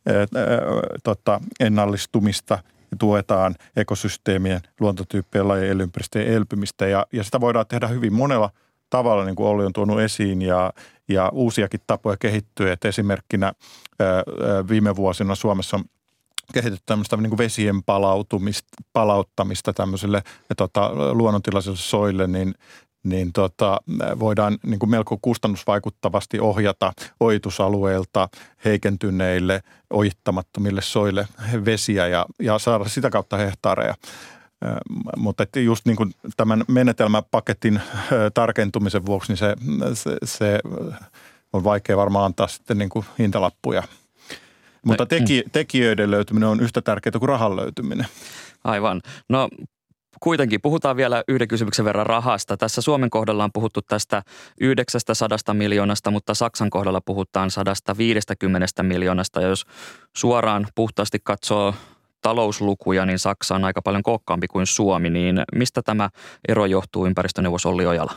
ennallistumista ja tuetaan ekosysteemien, luontotyyppien, lajien, elinympäristöjen elpymistä ja sitä voidaan tehdä hyvin monella tavalla, niin kuin Olli on tuonut esiin ja uusiakin tapoja kehittyy. Et esimerkkinä viime vuosina Suomessa on kehitetty tämmöistä niin kuin vesien palauttamista tämmöiselle luonnontilaiselle soille, niin voidaan niin kuin melko kustannusvaikuttavasti ohjata ojitusalueilta heikentyneille, ojittamattomille soille vesiä ja saada sitä kautta hehtaareja. Mutta että just niin kuin tämän menetelmäpaketin tarkentumisen vuoksi, niin se on vaikea varmaan antaa sitten niin kuin hintalappuja. Mutta tekijöiden löytyminen on yhtä tärkeää kuin rahan löytyminen. Aivan. No kuitenkin puhutaan vielä yhden kysymyksen verran rahasta. Tässä Suomen kohdalla on puhuttu tästä 900 miljoonasta, mutta Saksan kohdalla puhutaan 150 miljoonasta. Ja jos suoraan puhtaasti katsoo talouslukuja, niin Saksa on aika paljon kookkaampi kuin Suomi. Niin mistä tämä ero johtuu, ympäristöneuvos Olli Ojala?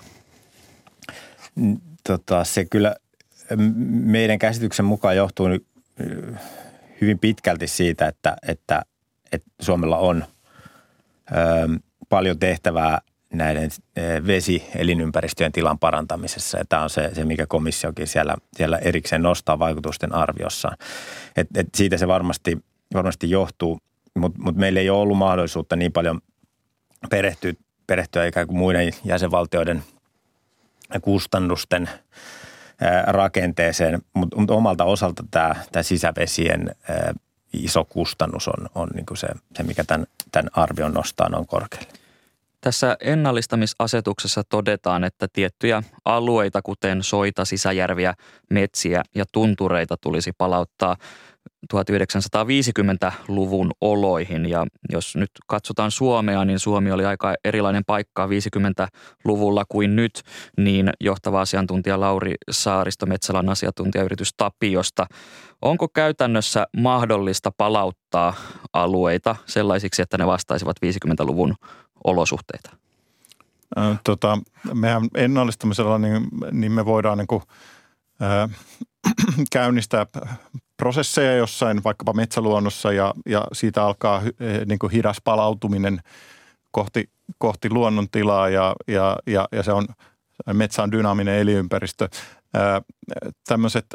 Se kyllä meidän käsityksen mukaan johtuu hyvin pitkälti siitä, että Suomella on paljon tehtävää näiden vesielinympäristön tilan parantamisessa. Ja tämä on se, mikä komissiokin siellä erikseen nostaa vaikutusten arviossaan. Et siitä se varmasti johtuu, mutta meillä ei ole ollut mahdollisuutta niin paljon perehtyä ikään kuin muiden jäsenvaltioiden kustannusten rakenteeseen, mutta omalta osalta tämä sisävesien iso kustannus on niin kuin se, mikä tämän arvion nostaa noin korkealle. Tässä ennallistamisasetuksessa todetaan, että tiettyjä alueita, kuten soita, sisäjärviä, metsiä ja tuntureita tulisi palauttaa 1950-luvun oloihin. Ja jos nyt katsotaan Suomea, niin Suomi oli aika erilainen paikka 50-luvulla kuin nyt, niin johtava asiantuntija Lauri Saaristo Metsäalan asiantuntijayritys Tapiosta. Onko käytännössä mahdollista palauttaa alueita sellaisiksi, että ne vastaisivat 50-luvun olosuhteita? Mehän ennallistamisella niin me voidaan niin kuin, käynnistää prosesseja jossain vaikkapa metsäluonnossa ja siitä alkaa niin kuin hidas palautuminen kohti luonnontilaa ja se on, metsä on dynaaminen elinympäristö. Tämmöiset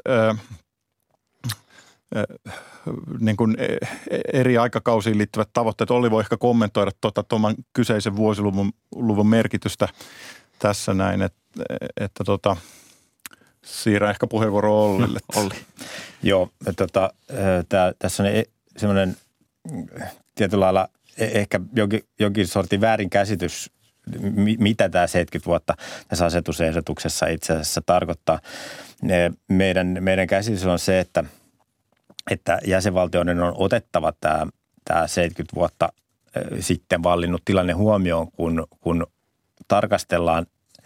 niin kuin eri aikakausiin liittyvät tavoitteet. Olli voi ehkä kommentoida tuon kyseisen vuosiluvun merkitystä tässä näin, että siirrän ehkä puheenvuoro Ollille. Olli. Joo, tässä on semmoinen tietyllä lailla ehkä jokin sortin väärinkäsitys, mitä tämä 70 vuotta tässä asetusehdotuksessa itse asiassa tarkoittaa. Meidän käsitys on se, että jäsenvaltioiden on otettava tämä 70 vuotta sitten vallinnut tilanne huomioon, kun tarkastellaan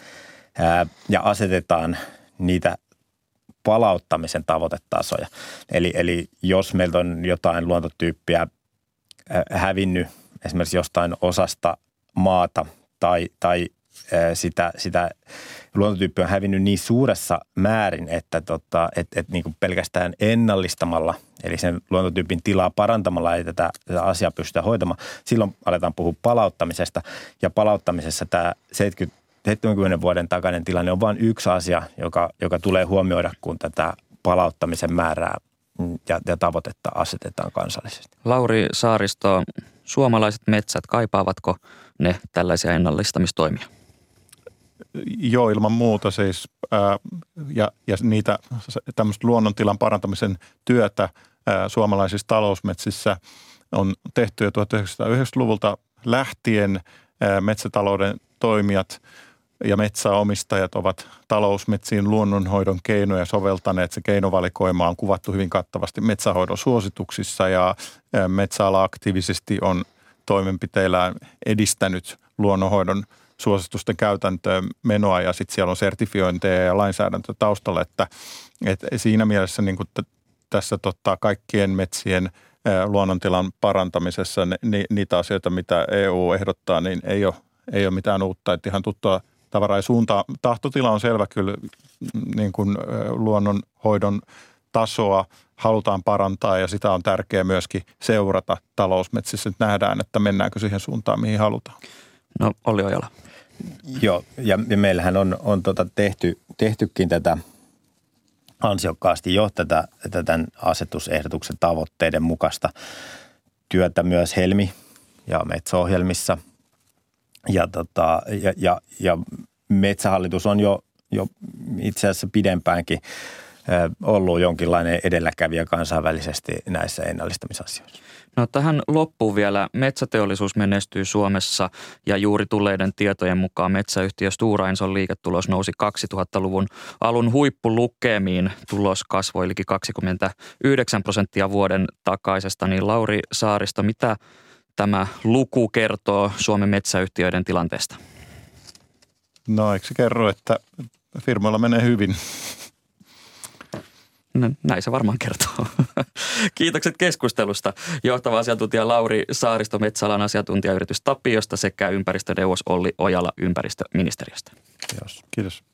ja asetetaan niitä palauttamisen tavoitetasoja. Eli jos meiltä on jotain luontotyyppiä hävinnyt esimerkiksi jostain osasta maata tai sitä luontotyyppiä on hävinnyt niin suuressa määrin, että niin kuin pelkästään ennallistamalla, eli sen luontotyypin tilaa parantamalla ei tätä asiaa pystytä hoitamaan. Silloin aletaan puhua palauttamisesta, ja palauttamisessa tämä 70 vuoden takainen tilanne on vain yksi asia, joka tulee huomioida, kun tätä palauttamisen määrää ja tavoitetta asetetaan kansallisesti. Lauri Saaristo, suomalaiset metsät, kaipaavatko ne tällaisia ennallistamistoimia? Joo, ilman muuta siis. Ja niitä tämmöistä luonnontilan parantamisen työtä suomalaisissa talousmetsissä on tehty jo 1990-luvulta lähtien. Metsätalouden toimijat ja metsäomistajat ovat talousmetsiin luonnonhoidon keinoja soveltaneet. Se keinovalikoima on kuvattu hyvin kattavasti metsähoidon suosituksissa ja metsäala aktiivisesti on toimenpiteillään edistänyt luonnonhoidon suositusten käytäntöön menoa ja sitten siellä on sertifiointeja ja lainsäädäntö taustalla, että siinä mielessä niin kuin tässä kaikkien metsien luonnontilan parantamisessa niitä asioita, mitä EU ehdottaa, niin ei ole mitään uutta, että ihan tuttua tavaraa ja suuntaa. Tahtotila on selvä kyllä, niin kuin luonnonhoidon tasoa halutaan parantaa ja sitä on tärkeää myöskin seurata talousmetsissä, että nähdään, että mennäänkö siihen suuntaan, mihin halutaan. No, Olli Ojala. Joo, ja meillähän on tehtykin tätä ansiokkaasti jo tämän asetusehdotuksen tavoitteiden mukaista työtä myös Helmi- ja metsäohjelmissa. Ja Metsähallitus on jo itse asiassa pidempäänkin ollut jonkinlainen edelläkävijä kansainvälisesti näissä ennallistamisasioissa. No tähän loppuun vielä. Metsäteollisuus menestyy Suomessa ja juuri tulleiden tietojen mukaan metsäyhtiö Stora Enson liiketulos nousi 2000-luvun alun huippulukemiin. Tulos kasvoi yli 29% vuoden takaisesta. Niin Lauri Saaristo, mitä tämä luku kertoo Suomen metsäyhtiöiden tilanteesta? No eikö se kerro, että firmoilla menee hyvin? No, näin se varmaan kertoo. Kiitokset keskustelusta. Johtava asiantuntija Lauri Saaristo Metsäalan asiantuntijayritys Tapiosta sekä ympäristöneuvos Olli Ojala ympäristöministeriöstä. Kiitos.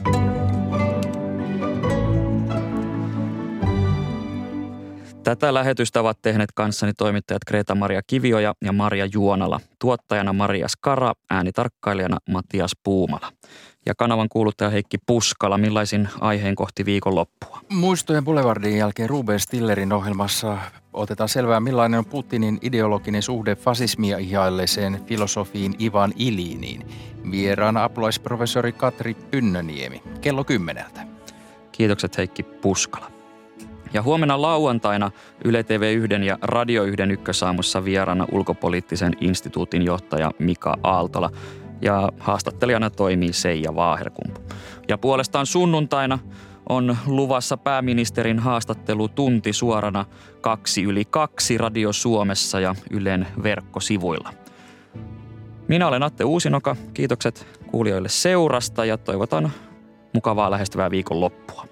Tätä lähetystä ovat tehneet kanssani toimittajat Greta-Maria Kivioja ja Maria Juonala. Tuottajana Maria Skara, äänitarkkailijana Matias Puumala. Ja kanavan kuuluttaja Heikki Puskala, millaisin aiheen kohti viikonloppua? Muistojen Boulevardin jälkeen Ruben Stillerin ohjelmassa Otetaan selvää, millainen on Putinin ideologinen suhde fasismia ihailleeseen filosofiin Ivan Iliniin. Vieraana apulaisprofessori Katri Pynnöniemi. Kello 10. Kiitokset Heikki Puskala. Ja huomenna lauantaina Yle TV1 ja Radio 1 ykkösaamussa vieraana ulkopoliittisen instituutin johtaja Mika Aaltola. Ja haastattelijana toimii Seija Vaaherkumpu. Ja puolestaan sunnuntaina on luvassa pääministerin haastattelutunti suorana 2 yli 2 Radio Suomessa ja Ylen verkkosivuilla. Minä olen Atte Uusinoka. Kiitokset kuulijoille seurasta ja toivotan mukavaa lähestyvää viikonloppua.